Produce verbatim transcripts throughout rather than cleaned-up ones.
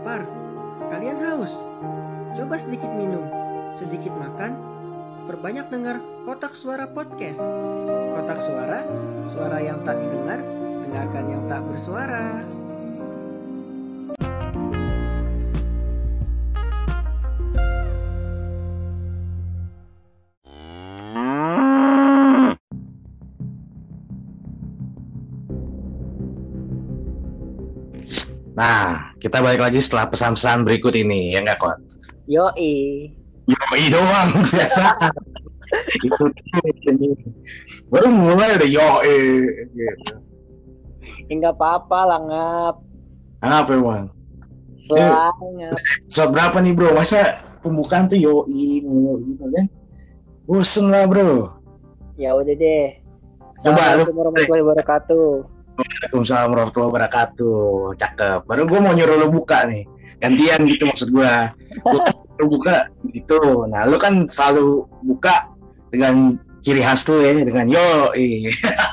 lapar? Kalian haus? Coba sedikit minum, sedikit makan, perbanyak dengar Kotak Suara Podcast. Kotak Suara, suara yang tak didengar, dengarkan yang tak bersuara. Nah, kita balik lagi setelah pesan-pesan berikut ini, ya nggak, Kot? Yoi. Yoi doang, biasa. Itu ini. Baru mulai udah yoi. Gitu. Enggak apa-apa lah, Ngap. Apa emang? Selang, So, berapa nih, bro? Masa pembukaan tuh yoi mulu gitu kan? Bosen lah, bro. Ya udah deh. Coba, Assalamualaikum warahmatullahi wabarakatuh. Waalaikumsalam warahmatullahi wabarakatuh. Cakep. Baru gue mau nyuruh lo buka nih. Gantian gitu maksud gue. Lo buka gitu. Nah, lo kan selalu buka dengan ciri khas tuh ya, dengan yoi.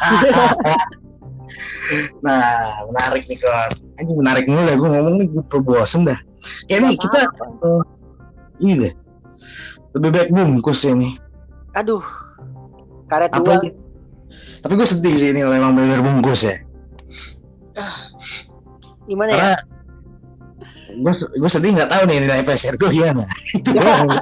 Nah, menarik nih, Kon. Anjing menarik mulu lah gue ngomong nih, gue bosen dah. Kayak nih kita uh, ini deh. Lebih baik bungkus ini. Aduh. Karet Apa dua. ini? Tapi gue sedih sih ini kalau emang bener bungkus ya. Gimana Karena ya? gue gue sedih nggak tahu nih nilai P S R gue gimana. Itu doang.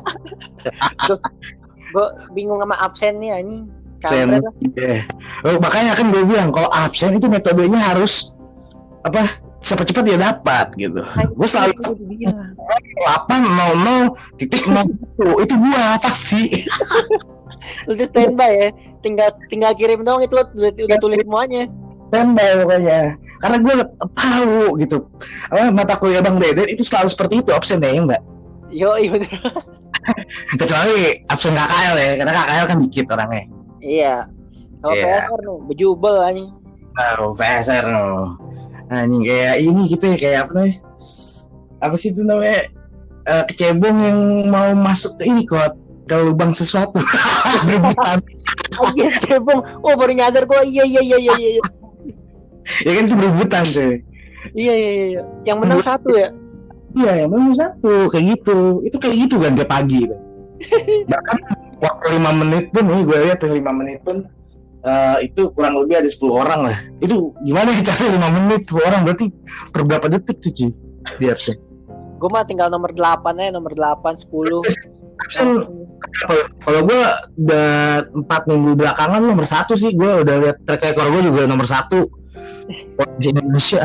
Gue bingung sama absen nih anjing. Absen, Kampret lah. yeah. Oh, makanya kan gue bilang kalau absen itu metodenya harus apa cepat-cepat dia dapat gitu. Gue selalu delapan nol nol titik nol itu gue pasti. Udah standby ya. Tinggal tinggal kirim doang itu udah, udah tulis semuanya. Standby pokoknya. Karena gue tahu gitu. Apa mata kuliah Bang Deden itu selalu seperti itu absennya ya enggak? Yo, iya bener. Kecuali absen K K L ya, karena K K L kan dikit orangnya. Iya. Kalau Iya. P S R tuh bejubel anjing. Baru P S R no. Anjing kayak ini gitu ya, kayak apa namanya? Apa sih itu namanya? Uh, kecebong yang mau masuk ke ini kok ke lubang sesuatu. Berebutan. Anjing cebong. Oh, baru nyadar gua. Iya iya iya iya iya. Ya kan itu berebutan cuy. Iya iya iya. Yang menang satu ya. Iya, yang menang satu kayak gitu. Itu kayak gitu kan tiap pagi. Bahkan waktu lima menit pun nih gue lihat lima menit pun uh, itu kurang lebih ada sepuluh orang lah. Itu gimana ya cara lima menit sepuluh orang berarti per berapa detik tuh cuy? Di absen. Gue mah tinggal nomor delapan aja, nomor delapan, sepuluh. Kan kalau gue udah empat minggu belakangan nomor satu sih, gue udah lihat track record gue juga nomor satu di Indonesia.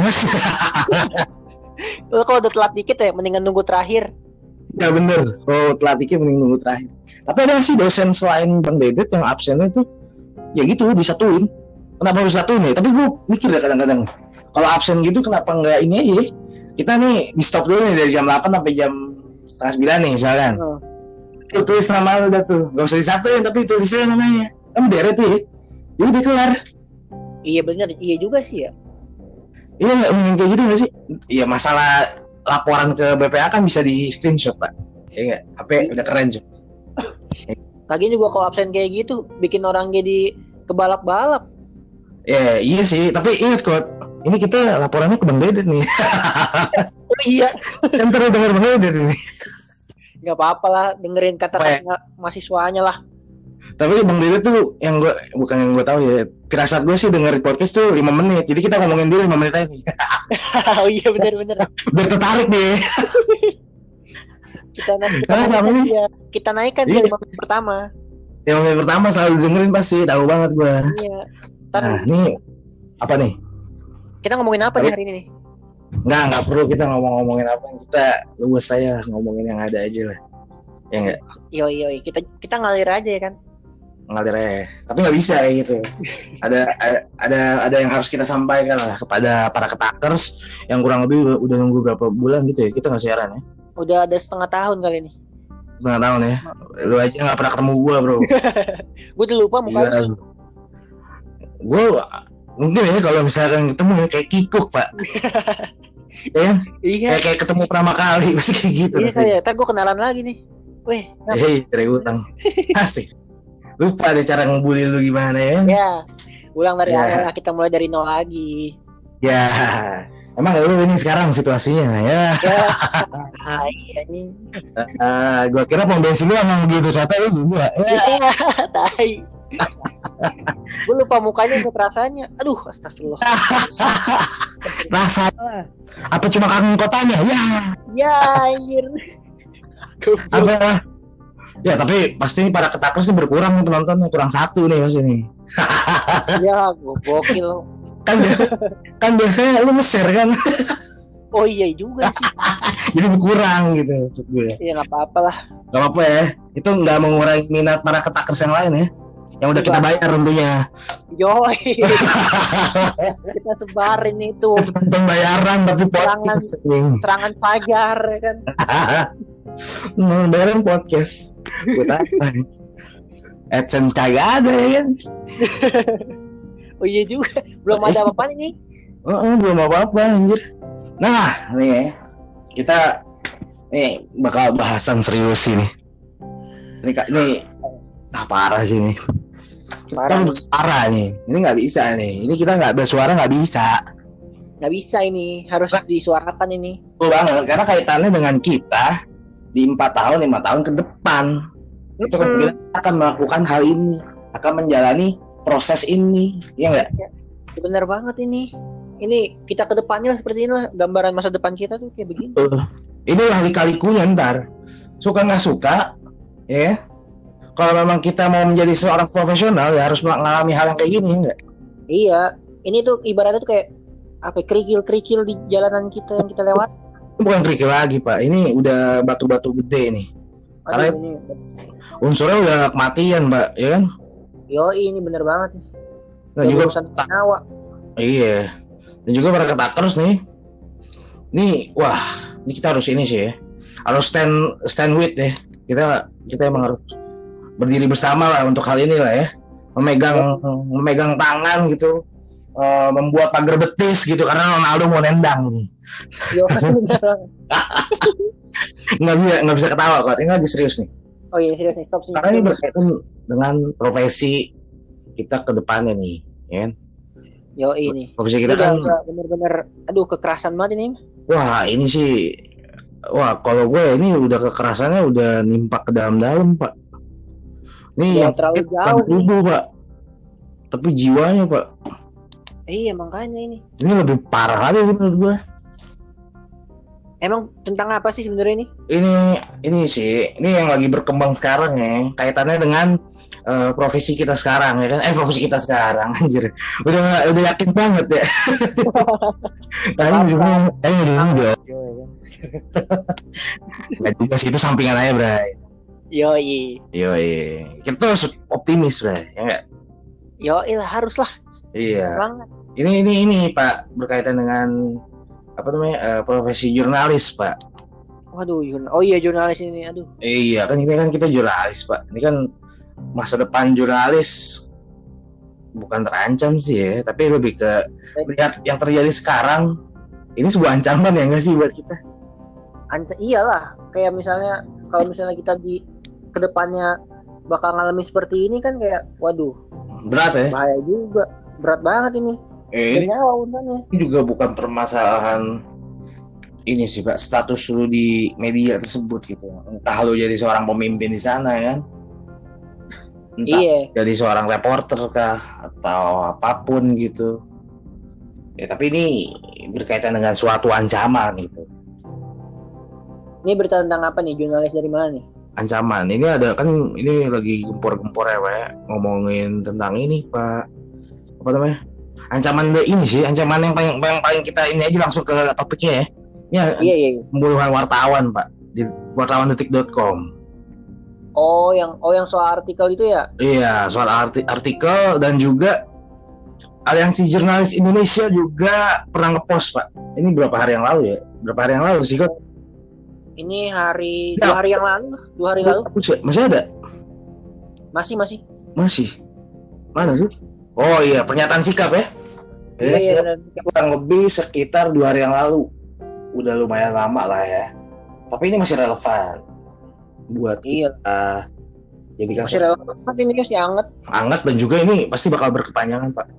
Lo kalau udah telat dikit ya, mendingan nunggu terakhir. Ya bener, kalau telat dikit mending nunggu terakhir. Tapi ada sih dosen selain Bang Dedet yang absennya tuh ya gitu disatuin. Kenapa harus disatuin ya? Tapi gue mikir ya kadang-kadang kalau absen gitu kenapa nggak ini aja ya? Kita nih di stop dulu nih dari jam delapan sampai jam setengah sembilan nih misalkan. Oh. Tuh, tulis nama lu dah tuh. Gak usah disatuin tapi tulis aja namanya. Kan berderet tuh ya. Ya udah kelar. Iya bener, iya juga sih ya. Iya nggak mungkin kayak gitu nggak sih? Iya masalah laporan ke B P A kan bisa di screenshot pak. Iya nggak? H P udah keren cuy. Lagian juga kalau absen kayak gitu bikin orang jadi kebalap-balap. Ya iya sih. Tapi ingat kok. Ini kita laporannya ke Bang Dedet nih. Oh iya. Kan terus denger Bang Dedet nih. Gak apa-apa lah, dengerin kata-kata mahasiswanya lah. Tapi Bang Dedet tuh yang gue bukan yang gue tahu ya. Firasat gue sih dengerin podcast tuh lima menit. Jadi kita ngomongin dulu lima menit aja nih. Oh iya bener-bener. Biar tertarik deh. Kita naik kita, Ah, naikkan namanya- dia. Kita naikkan dia Iya. lima menit pertama. Yang menit pertama selalu dengerin pasti tahu banget gue. Iya. Ntar Nah ini apa nih? kita ngomongin apa nih hari ini nih? Nggak, nggak perlu kita ngomong-ngomongin apa. Kita luwes saya ngomongin yang ada aja lah. Ya nggak? Yoi yoi, kita kita ngalir aja ya kan. Ngalir aja. Tapi nggak bisa kayak gitu. ada, ada ada ada yang harus kita sampaikan lah kepada para ketakers yang kurang lebih udah, udah nunggu berapa bulan gitu ya. Kita nggak siaran ya. Udah ada setengah tahun kali ini. Setengah tahun ya. Lu aja nggak pernah ketemu gua bro. Gue udah lupa mukanya. Iya. Gue mungkin ya kalau misalkan ketemu ya kayak kikuk pak. Ya kan? Iya. Kayak, kayak ketemu pertama kali pasti kayak gitu. Iya saya. Ntar gue kenalan lagi nih. Weh. Hei, dari utang. Asik. Lupa ada cara ngebully lu gimana ya? Ya. Ulang dari Ya. awal lah, kita mulai dari nol lagi. Ya, emang lu ini sekarang situasinya ya. Ya, ah, iya nih. Uh, gua kira pom bensin lu emang begitu, ternyata lu juga. Ya. Iya, tai. Gue lupa mukanya ikut rasanya. Aduh, astagfirullah. Rasa apa cuma kangen kotanya? Ya. Ya, anjir. Apa? Ya, tapi pasti para ketakers ini berkurang nih penontonnya, kurang satu nih mas ini. Ya, gue gokil. Kan kan biasanya lu nge-share kan. Oh iya juga sih. Jadi berkurang gitu maksud gue. Iya, nggak apa-apa lah. Gak apa-apa ya. Itu nggak mengurangi minat para ketakers yang lain ya. Yang udah kita bayar tentunya. Yoi. Kita sebarin itu. Pembayaran tapi podcast. Serangan fajar ya kan. Bayaran podcast. Buat apa? AdSense kagak ada ya kan. Oh iya juga. Belum ada apa-apa nih. Oh, oh, belum apa-apa anjir. Nah, nih ya. Kita nih bakal bahasan serius ini. Ini kak nih ah, parah sih nih. Kita bersuara nih. Ini nggak bisa nih. Ini kita nggak bersuara nggak bisa. Nggak bisa ini. Harus nah, disuarakan ini. Betul banget. Karena kaitannya dengan kita di empat tahun lima tahun ke depan. Mm-hmm. Itu kan kita akan melakukan hal ini, akan menjalani proses ini, ya nggak? Ya, benar banget ini. Ini kita ke depannya seperti inilah gambaran masa depan kita tuh kayak begini. Uh, inilah lika-likunya ntar. Suka nggak suka, ya. Kalau memang kita mau menjadi seorang profesional, ya harus mengalami hal yang kayak gini, enggak? Iya. Ini tuh ibaratnya tuh kayak apa? Kerikil-kerikil di jalanan kita yang kita lewat. Bukan kerikil lagi pak. Ini udah batu-batu gede nih. Aduh, karena ini unsurnya udah kematian, Mbak, ya kan? Yo, ini bener banget nih. Nah, juga urusan nyawa. Iya. Dan juga para ketakers nih. Nih, wah, ini kita harus ini sih ya. Harus stand stand with ya. Kita kita emang harus berdiri bersama lah untuk hal ini lah ya. Memegang ya. memegang tangan gitu. Uh, membuat pagar betis gitu karena Ronaldo mau nendang nih. Yo, nggak bisa nggak bisa ketawa kok. Ini lagi serius nih. Oh iya serius nih, stop sih. Karena ini berkaitan dengan profesi kita ke depannya nih, ya kan? Yo ini. Profesi kita udah, kan udah bener-bener, aduh kekerasan banget ini. Wah ini sih, wah kalau gue ini udah kekerasannya udah nimpak ke dalam-dalam pak. Ini ya, yang terlalu jauh tubuh pak, tapi jiwanya pak. Iya makanya ini. Ini lebih parah kali menurut gue. Emang tentang apa sih sebenarnya ini? Ini ini sih, ini yang lagi berkembang sekarang ya, kaitannya dengan uh, profesi kita sekarang ya kan? Eh profesi kita sekarang, anjir. Udah udah yakin banget ya. Kayaknya juga, kayaknya udah juga. Nggak juga sih, itu sampingan aja Bray. Yoi. Yoi. Kita tuh harus optimis Bray, ya nggak? Yoi lah, harus lah. Iya. Semangat. Ini ini ini Pak berkaitan dengan apa namanya uh, profesi jurnalis Pak. Waduh, jurnal. Oh iya jurnalis ini, aduh. Iya kan ini kan kita jurnalis Pak. Ini kan masa depan jurnalis bukan terancam sih ya, tapi lebih ke melihat yang terjadi sekarang. Ini sebuah ancaman ya nggak sih buat kita? Anca iyalah, kayak misalnya kalau misalnya kita di kedepannya bakal ngalamin seperti ini kan kayak, waduh. Berat ya? Bahaya juga, berat banget ini. Eh, ini, nyawa, ini juga bukan permasalahan ini sih Pak, status lu di media tersebut gitu. Entah lu jadi seorang pemimpin di sana ya kan, entah iya. jadi seorang reporter kah atau apapun gitu. Ya tapi ini berkaitan dengan suatu ancaman gitu. Ini berita tentang apa nih? Jurnalis dari mana nih? Ancaman. Ini ada kan ini lagi gempor-gempor ya Pak ya, ngomongin tentang ini Pak. Apa namanya? Ancaman ini sih, ancaman yang paling yang paling kita ini aja langsung ke topiknya ya. Ya, iya, iya. Pembunuhan wartawan Pak di wartawan detik dot com. Oh, yang oh yang soal artikel itu ya? Iya, soal arti, artikel dan juga Aliansi Jurnalis Indonesia juga pernah ngepost Pak. Ini berapa hari yang lalu ya? Berapa hari yang lalu sih kok? Ini hari ya. dua hari yang lalu, dua hari lalu. Masih ada? Masih masih. Masih. Mana sih? Oh iya, pernyataan sikap ya? Iya, iya, benar. Kurang lebih sekitar dua hari yang lalu. Udah lumayan lama lah ya. Tapi ini masih relevan buat iya. kita. Jadi masih relevan ini masih hangat. Hangat dan juga ini pasti bakal berkepanjangan Pak.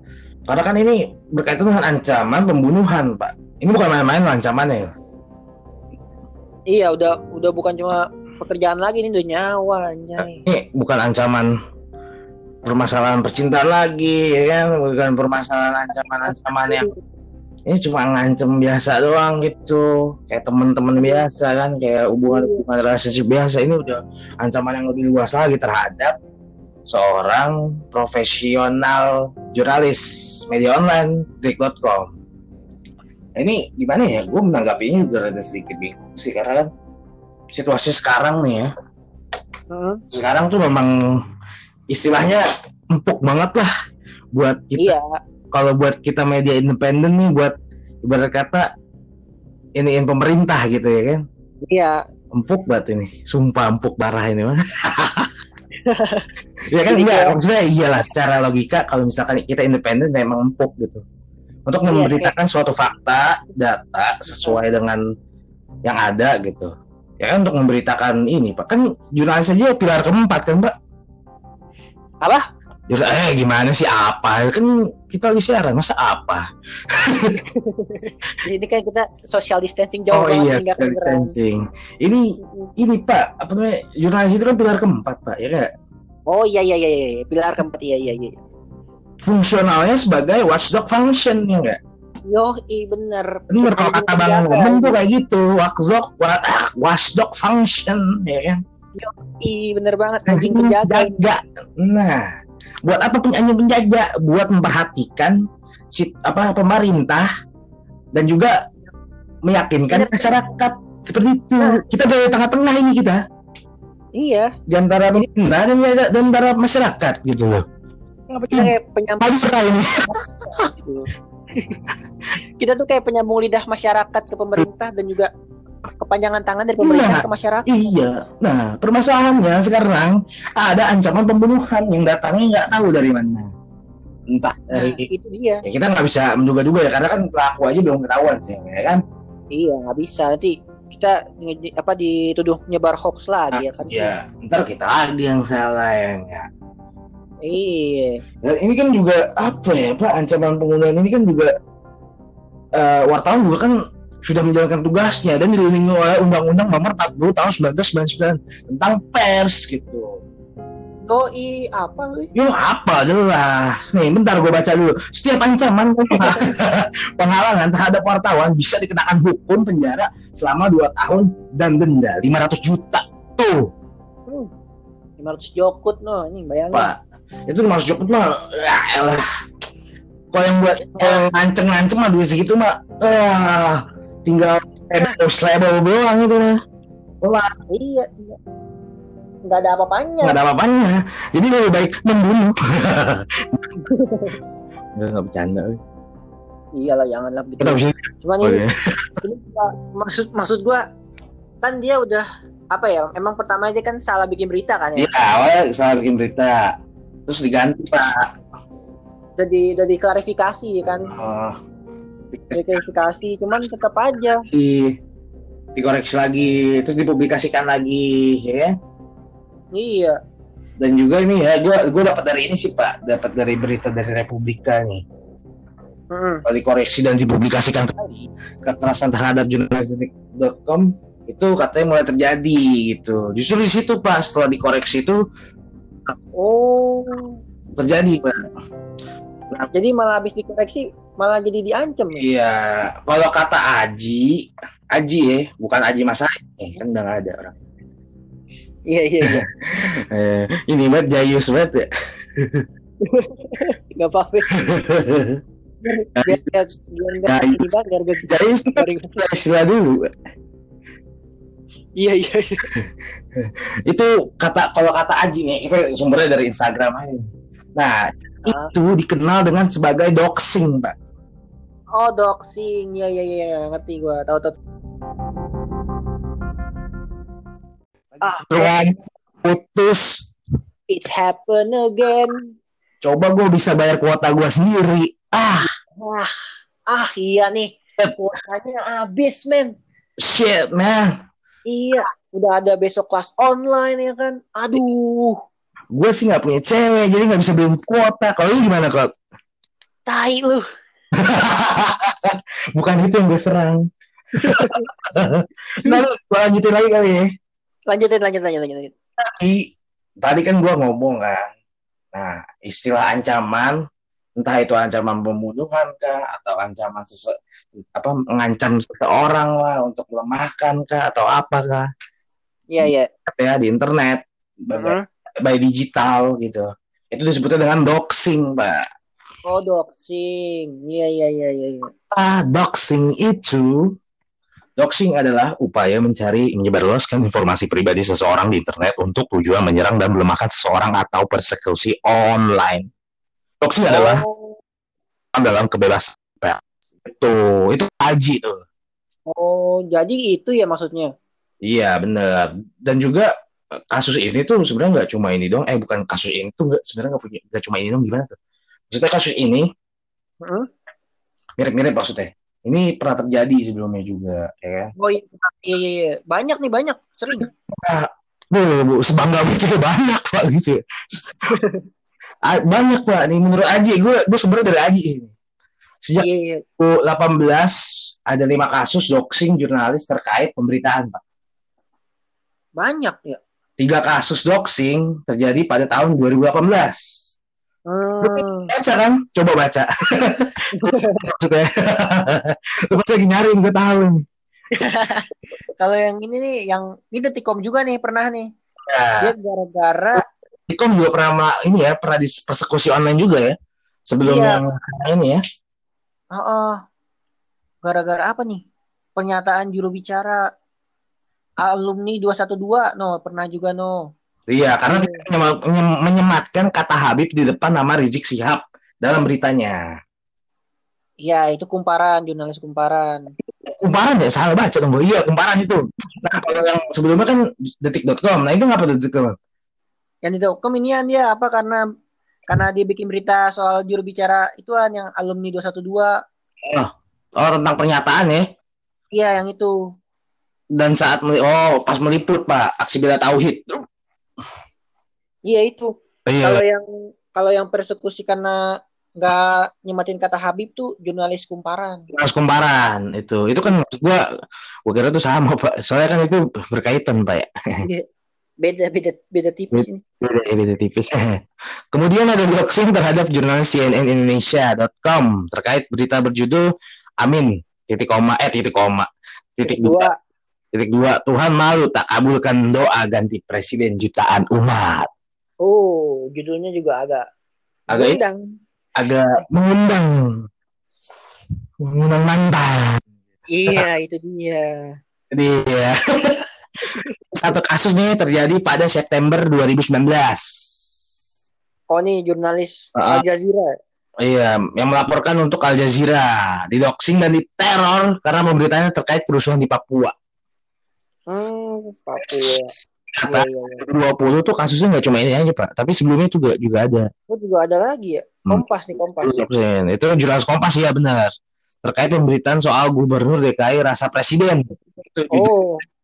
Karena kan ini berkaitan dengan ancaman pembunuhan, Pak. Ini bukan main-main ancamannya ya. Iya, udah udah bukan cuma pekerjaan lagi, ini udah nyawanya. Ini bukan ancaman permasalahan percintaan lagi, ya kan? Bukan permasalahan ancaman-ancaman yang ini cuma ngancem biasa doang gitu, kayak teman-teman biasa kan, kayak hubungan-hubungan relationship biasa. Ini udah ancaman yang lebih luas lagi terhadap seorang profesional jurnalis media online detik dot com. Nah, ini gimana ya? Gue menanggapinya juga rada sedikit bingung sih, karena kan situasi sekarang nih ya. Hmm. Sekarang tuh memang istilahnya empuk banget lah buat kita. Iya. Kalau buat kita media independen nih, buat ibarat kata iniin pemerintah gitu ya kan. Iya. Empuk banget ini, sumpah empuk parah ini mah. Ya kan enggak, maksudnya iyalah secara logika kalau misalkan kita independen memang empuk gitu. Untuk iya, memberitakan iya. suatu fakta, data sesuai dengan yang ada gitu. Ya kan untuk memberitakan ini, Pak. Kan jurnalis aja pilar keempat kan, Pak. Apa? Eh gimana sih apa? Kan kita lagi siaran, masa apa? Ini kan kita social distancing jauh oh, banget. Oh iya, social distancing. Ini ini Pak, apa namanya? Jurnalis itu kan pilar keempat, Pak, ya kan? Oh iya iya iya, iya. Pilar keempat iya iya iya. Fungsionalnya sebagai watchdog function ya enggak? Yo, iya bener. Bener kalau kata Bang Ngomong tuh kayak gitu, watchdog watchdog function ya kan? Yo, iya bener banget, anjing penjaga. Nah, buat apa anjing penjaga? Buat memperhatikan si apa pemerintah dan juga meyakinkan bener. Masyarakat seperti itu. Nah. Kita dari tengah-tengah ini kita. Iya. Di antara pemerintah dan di antara masyarakat gitu loh. Ngapa kita kayak penyambung ini. Kita tuh kayak penyambung lidah masyarakat ke pemerintah dan juga kepanjangan tangan dari pemerintah nah, ke masyarakat. Iya. Nah, permasalahannya sekarang ada ancaman pembunuhan yang datangnya nggak tahu dari mana. Entah dari nah, itu dia. Ya kita nggak bisa menduga-duga ya, karena kan pelaku aja belum ketahuan sih, ya kan? Iya, nggak bisa. Nanti kita apa dituduh nyebar hoax lagi nah, ya kan? Iya. Ntar kita lagi yang salah ya enggak. Iya. Dan ini kan juga apa ya, Pak? Ancaman pembunuhan ini kan juga uh, wartawan juga kan sudah menjalankan tugasnya dan dilindungi oleh Undang-Undang Nomor empat puluh Tahun seribu sembilan ratus sembilan puluh sembilan tentang pers gitu. Doi apa lu? Yo apa jelas. Nih bentar gue baca dulu. Setiap ancaman penghalangan terhadap wartawan bisa dikenakan hukum penjara selama dua tahun dan denda lima ratus juta. Tuh. Hmm. lima ratus jokut no, ini bayangin. Pak, itu lima ratus jokut mah ya elah. Kalau yang buat yang ngancem-ngancem mah duit segitu mah eh tinggal selebel doang itu mah. Wah, iya, iya. Nggak ada apa-apanya. Nggak ada apa-apanya. Jadi lebih baik membunuh. Nggak nggak bercanda. Iyalah, janganlah gitu. Cuman oh, ini, ini maksud maksud gue kan dia udah apa ya? Emang pertama dia kan salah bikin berita kan ya? Iya, awalnya salah bikin berita. Terus diganti Pak. Jadi udah diklarifikasi kan? Oh. Diklarifikasi, cuman tetap aja. Di, dikoreksi lagi, terus dipublikasikan lagi, ya? Iya. Dan juga ini ya, gue gue dapat dari ini sih Pak, dapat dari berita dari Republika nih. Hmm. Kalau dikoreksi dan dipublikasikan kembali, kekerasan terhadap jurnalis detik dot com itu katanya mulai terjadi gitu. Justru di situ Pak, setelah dikoreksi itu, oh terjadi Pak. Nah, jadi malah habis dikoreksi malah jadi diancam. Ya? Iya, kalau kata Aji, Aji ya, bukan Aji Mas Aji, kan udah nggak ada orang. Iya iya iya. eh, ini banget jayus banget ya. Gak apa-apa. Biar biar biar ini banget biar gak jayus istilah dulu. Iya iya. iya. Itu kata kalau kata Aji nih, itu sumbernya dari Instagram aja. Nah, ah. itu dikenal dengan sebagai doxing, Pak. Oh, doxing. Iya iya iya, ngerti gua. Tahu tahu. Ah, putus. It's happen again. Coba gue bisa bayar kuota gue sendiri. Ah, ah, ah iya nih. Kuotanya habis, men. Shit, man. Iya, udah ada besok kelas online ya kan. Aduh. Gue sih nggak punya cewek, jadi nggak bisa beli kuota. Kalau lu gimana, Kok? Tai lu. Bukan itu yang gue serang. Nah, gue lanjutin lagi kali ya. Lanjutin, lanjut, lanjut, lanjut. lanjut. Tadi, tadi kan gue ngomong kan. Nah, istilah ancaman, entah itu ancaman pembunuhan kah, atau ancaman sese, apa mengancam seseorang lah untuk melemahkan kah, atau apa kah. Iya, iya. Ya, di internet, Uh-huh. by digital gitu. Itu disebutnya dengan doxing, Pak. Oh, doxing. Iya, iya, iya, iya. Ah, doxing itu Doxing adalah upaya mencari menyebarluaskan informasi pribadi seseorang di internet untuk tujuan menyerang dan melemahkan seseorang atau persekusi online. Doxing oh. adalah dalam kebebasan pers. Itu, itu haji tuh. Oh, jadi itu ya maksudnya? Iya, benar. Dan juga kasus ini tuh sebenarnya nggak cuma ini dong. Eh, bukan kasus ini tuh nggak sebenarnya nggak punya nggak cuma ini dong. Gimana tuh? Maksudnya kasus ini hmm? mirip-mirip maksudnya. Ini pernah terjadi sebelumnya juga, ya kan? Oh iya, iya, iya. Banyak nih, banyak. Sering. Nah, bu, bu, sebangga itu banyak, Pak, gitu. Banyak, Pak. Nih, menurut Aji, gue gue sebenarnya dari Aji sini. Sejak iya, iya. dua ribu delapan belas, ada lima kasus doxing jurnalis terkait pemberitaan, Pak. Banyak, ya? Tiga kasus doxing terjadi pada tahun dua ribu delapan belas. Hmm. Baca kan? Coba baca. Terus lagi nyariin, gue tahu nih. Kalau yang ini nih, yang ini Detikcom juga nih pernah nih. Ya. Dia gara-gara Detikcom juga pernah ini ya, pernah di persekusi online juga ya. Sebelum iya. yang ini ya. Oh, oh. Gara-gara apa nih? Pernyataan juru bicara alumni dua satu dua, no, pernah juga no. Iya, karena dia menyematkan kata Habib di depan nama Rizik Syihab dalam beritanya. Iya, itu Kumparan, jurnalis Kumparan. Kumparan ya, salah baca dong, Bu. Iya, Kumparan itu. Nah, kalau yang sebelumnya kan detik dot com. Nah, itu ngapa detik dot com? Yang detik dot com ini kan dia apa karena karena dia bikin berita soal juru bicara ituan yang alumni dua satu dua. Oh, oh tentang pernyataan ya? Iya, yang itu. Dan saat oh, pas meliput, Pak, aksi bela tauhid. Iya itu. Iya. Kalau yang kalau yang persekusi karena nggak nyematin kata Habib tuh jurnalis Kumparan. Jurnalis Kumparan itu, itu kan maksud gua, gua kira itu sama, Pak. Soalnya kan itu berkaitan, Pak ya. Beda beda beda tipis ini. Beda beda tipis. Kemudian ada doxing terhadap jurnalis C N N Indonesia dot com terkait berita berjudul Amin titik koma eh titik koma titik dua titik dua Tuhan malu tak kabulkan doa ganti presiden jutaan umat. Oh, judulnya juga agak agak mengundang. Agak mengundang. Mengundang mantan. Iya, itu dia. Dia. Satu kasus nih terjadi pada September dua ribu sembilan belas. Oh, nih jurnalis uh, Al Jazeera. Iya, yang melaporkan untuk Al Jazeera, didoxing dan diteror karena pemberitaannya terkait kerusuhan di Papua. Hmm, Papua. Apa? Iya, iya. dua ribu dua puluh tuh kasusnya nggak cuma ini aja, Pak, tapi sebelumnya juga juga ada. Oh, juga ada lagi ya? Kompas hmm. nih, Kompas. Itu jurnalis Kompas ya, benar. Terkait pemberitaan soal Gubernur D K I rasa presiden. Itu oh. Juga.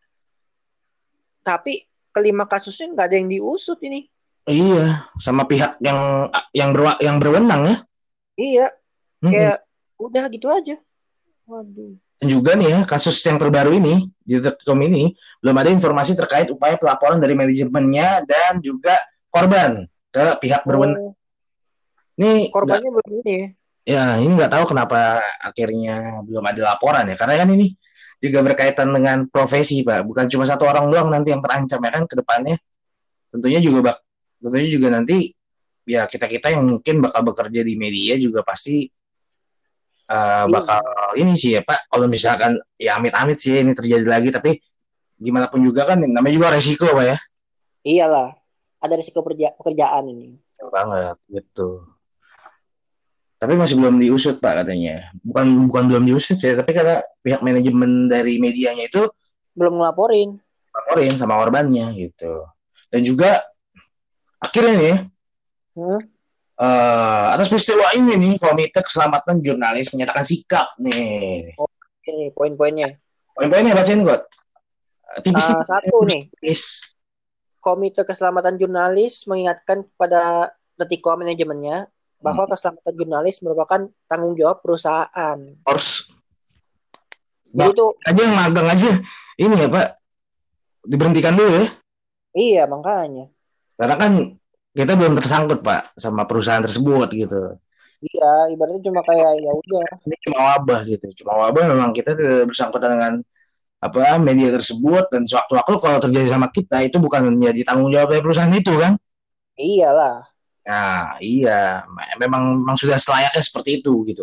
Tapi kelima kasusnya nggak ada yang diusut ini. Iya, sama pihak yang yang ber, yang berwenang ya. Iya. Hmm. Kayak udah gitu aja. Waduh. Juga nih ya, kasus yang terbaru ini di Detikcom ini belum ada informasi terkait upaya pelaporan dari manajemennya dan juga korban ke pihak berwenang. Oh. Ini korbannya belum ini ya. Ya, ini nggak tahu kenapa akhirnya belum ada laporan ya, karena kan ini juga berkaitan dengan profesi, Pak. Bukan cuma satu orang doang nanti yang terancam ya kan ke depannya. Tentunya juga bak tentunya juga nanti ya kita-kita yang mungkin bakal bekerja di media juga pasti Uh, bakal iya. Ini sih ya Pak, kalau misalkan ya amit-amit sih ini terjadi lagi, tapi gimana pun juga kan namanya juga resiko, Pak ya. Iyalah, ada resiko perja- pekerjaan ini. Banget gitu. Tapi masih belum diusut, Pak, katanya. Bukan bukan belum diusut sih, tapi karena pihak manajemen dari medianya itu belum ngelaporin. Laporin sama korbannya gitu. Dan juga akhirnya nih hmm? Uh, atas peristiwa ini nih, Komite Keselamatan Jurnalis menyatakan sikap nih. Oh, ini poin-poinnya. Poin-poinnya bacain gue. Tipis uh, satu nih. Tipis. Komite Keselamatan Jurnalis mengingatkan kepada Detikcom manajemennya bahwa keselamatan jurnalis merupakan tanggung jawab perusahaan. Harus. Jadi tuh aja yang magang aja ini ya Pak diberhentikan dulu ya. Iya makanya. Karena kan kita belum tersangkut Pak sama perusahaan tersebut gitu. Iya, ibaratnya cuma kayak ya udah. Ini cuma wabah gitu. Cuma wabah memang kita bersangkutan dengan apa media tersebut dan sewaktu-waktu kalau terjadi sama kita itu bukan menjadi tanggung jawab dari perusahaan itu kan? Iyalah. Nah, iya, memang memang sudah selayaknya seperti itu gitu.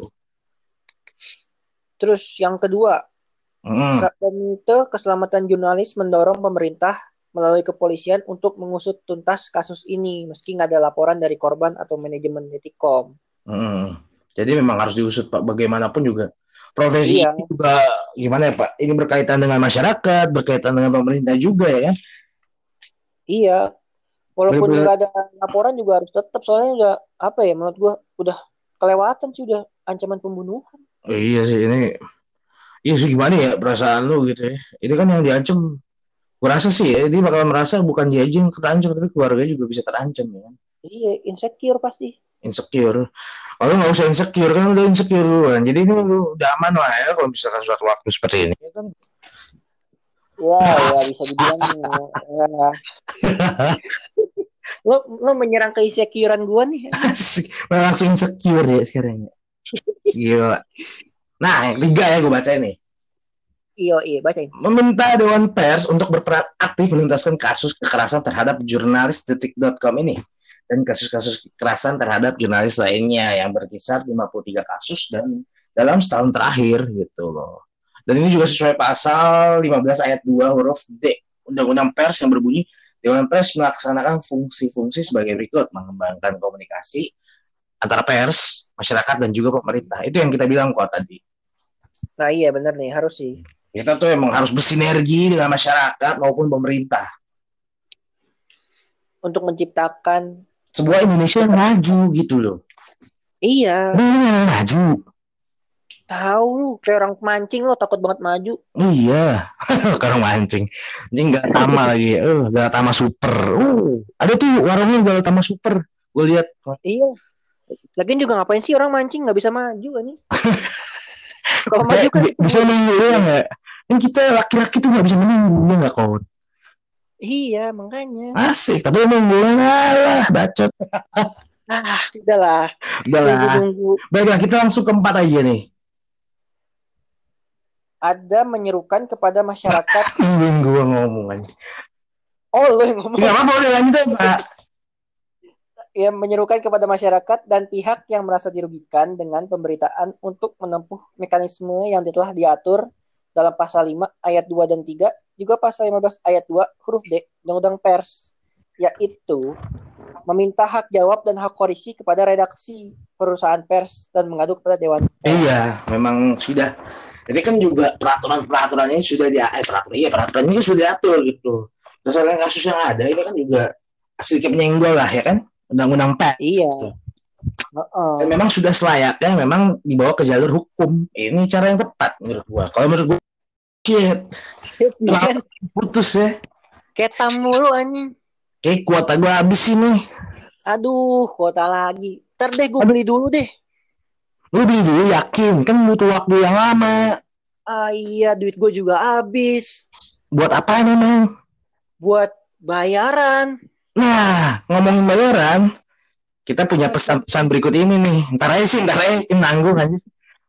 Terus yang kedua, mm. Komite Keselamatan Jurnalis mendorong pemerintah melalui kepolisian untuk mengusut tuntas kasus ini meski nggak ada laporan dari korban atau manajemen Detikcom. Hmm. Jadi memang harus diusut Pak. Bagaimanapun juga profesi iya. ini juga gimana ya Pak? Ini berkaitan dengan masyarakat, berkaitan dengan pemerintah juga ya kan? Iya. Walaupun Bener-bener. nggak ada laporan juga harus tetap soalnya udah apa ya menurut gua udah kelewatan sih udah ancaman pembunuhan. Oh, iya sih ini. Iya sih gimana ya perasaan lu gitu ya? Ini kan yang diancam. Gue rasa sih ya, dia bakal merasa bukan dia aja yang terancam, tapi keluarganya juga bisa terancam ya kan? Iya, insecure pasti. Insecure. Kalau nggak usah insecure kan udah insecure duluan. Jadi ini lu udah aman lah ya kalau misalkan suatu waktu seperti ini. Ya kan? Ya, ya bisa dibilang. ya. lo lo menyerang keinsecurean gue nih. Langsung insecure ya sekarang. Gila. Nah, tiga ya gue baca ini. Iya, iya, bacain. Meminta Dewan Pers untuk berperan aktif menuntaskan kasus kekerasan terhadap jurnalis detik dot com ini dan kasus-kasus kekerasan terhadap jurnalis lainnya yang berkisar lima puluh tiga kasus dan dalam setahun terakhir gitu loh. Dan ini juga sesuai pasal lima belas ayat dua huruf D Undang-Undang Pers yang berbunyi Dewan Pers melaksanakan fungsi-fungsi sebagai berikut: mengembangkan komunikasi antara pers, masyarakat dan juga pemerintah. Itu yang kita bilang kok tadi. Nah iya benar nih harus sih. Kita tuh emang harus bersinergi dengan masyarakat maupun pemerintah untuk menciptakan sebuah Indonesia yang maju gitu loh. Iya. Ini maju. Tahu lu kayak orang mancing lo takut banget maju. Iya, orang mancing. Ini nggak tama lagi. Eh, uh, nggak tama super. Uh, ada tuh warungnya nggak tama super. Gue lihat. Iya. Lagian juga ngapain sih orang mancing nggak bisa maju nih? Kalau maju kan bisa menunggu ya nggak? Kan kita laki-laki tuh nggak bisa menunggu ya nggak kawan? Iya makanya. Asik, tapi menunggu lah, bacot. Ah, udahlah. Udahlah. Baiklah, kita langsung ke empat aja nih. Ada menyerukan kepada masyarakat. Minggu gua ngomong aja. Oh, lo yang ngomong. Enggak apa-apa, boleh lanjut, Pak. Yang menyerukan kepada masyarakat dan pihak yang merasa dirugikan dengan pemberitaan untuk menempuh mekanisme yang telah diatur dalam pasal lima ayat dua dan tiga, juga pasal lima belas ayat dua huruf D Undang-Undang Pers, yaitu meminta hak jawab dan hak korisi kepada redaksi perusahaan pers dan mengadu kepada Dewan Pers. Iya, memang sudah. Jadi kan juga peraturan-peraturannya sudah di eh peraturan iya peraturannya sudah diatur gitu. Terus kasus yang ada ini kan juga sedikit menyenggol lah ya kan? Undang-undang pers. Iya. Uh-uh. Dan memang sudah selayaknya memang dibawa ke jalur hukum. Ini cara yang tepat menurut gua. Kalau menurut gua shit. Putus ya. Ketam mulu anjing. Kayak kuota gua habis ini. Aduh, kuota lagi. Ntar deh gua beli dulu deh. Lu beli dulu yakin? Kan butuh waktu yang lama. Ah iya, duit gua juga habis. Buat apa memang? Buat bayaran. Nah, ngomongin bayaran, kita punya pesan-pesan berikut ini nih. Ntar aja sih, ntar aja nanggung aja.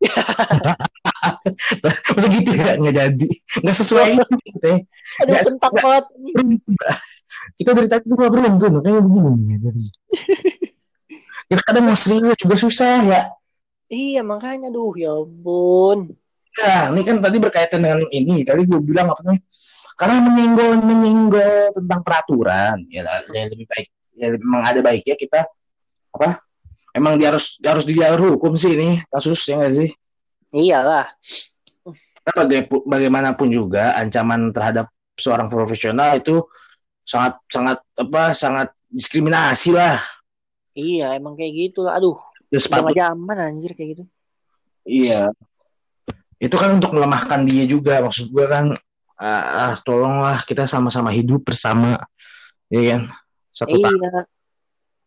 Masa gitu ya, nggak jadi. Nggak sesuai. Gitu ya. Aduh, bentak banget. Kita dari tadi tuh gak beruntung, kayak begini. Jadi. Kita kadang mau serius juga susah ya. Iya, makanya. Aduh, ya ampun. Nah, ini kan tadi berkaitan dengan ini. Tadi gue bilang apa nih? Karena menyinggol menyinggol tentang peraturan ya, ya lebih baik ya memang ada baiknya kita apa emang dia harus dia harus di jalur hukum sih ini kasus ya nggak sih? Iyalah. Baga- bagaimanapun juga ancaman terhadap seorang profesional itu sangat sangat apa sangat diskriminasi lah. Iya emang kayak gitu lah. Aduh udah zaman anjir kayak gitu. Iya itu kan untuk melemahkan dia juga maksud gue kan. Ah, tolonglah kita sama-sama hidup bersama, ya kan? Satu iya. tahun.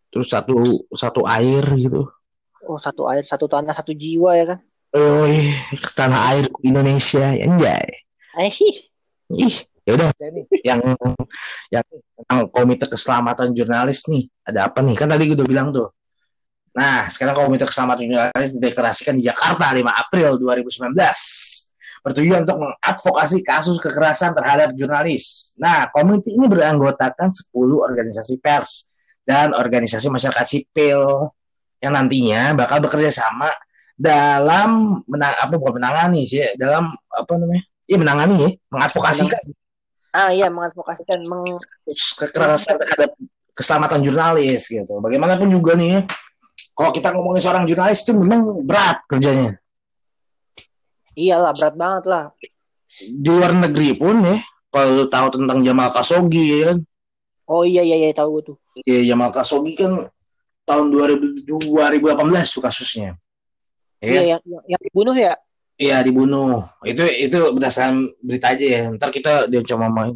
terus satu satu air gitu. Oh, satu air, satu tanah, satu jiwa ya kan? Oh, tanah air Indonesia, ya anjay. Eh, Ih, ya udah yang yang tentang Komite Keselamatan Jurnalis nih. Ada apa nih? Kan tadi gue udah bilang tuh. Nah, sekarang Komite Keselamatan Jurnalis dideklarasikan di Jakarta lima April dua ribu sembilan belas. Bertujuan untuk mengadvokasi kasus kekerasan terhadap jurnalis. Nah, komite ini beranggotakan sepuluh organisasi pers dan organisasi masyarakat sipil yang nantinya bakal bekerja sama dalam menang apa bukan menangani sih, dalam apa namanya? Iya menangani ya, mengadvokasi ah iya mengadvokasikan meng... kekerasan terhadap keselamatan jurnalis gitu. Bagaimanapun juga nih, kalau kita ngomongin seorang jurnalis itu memang berat kerjanya. Iyalah berat banget lah. Di luar negeri pun ya, kalau tahu tentang Jamal Khashoggi ya kan. Oh iya iya iya tahu gue tuh. Iya, Jamal Khashoggi kan tahun dua ribu delapan belas tuh kasusnya. Ya, iya yang, yang yang dibunuh ya? Iya dibunuh. Itu itu berdasarkan berita aja ya. Ntar kita dia cuma main.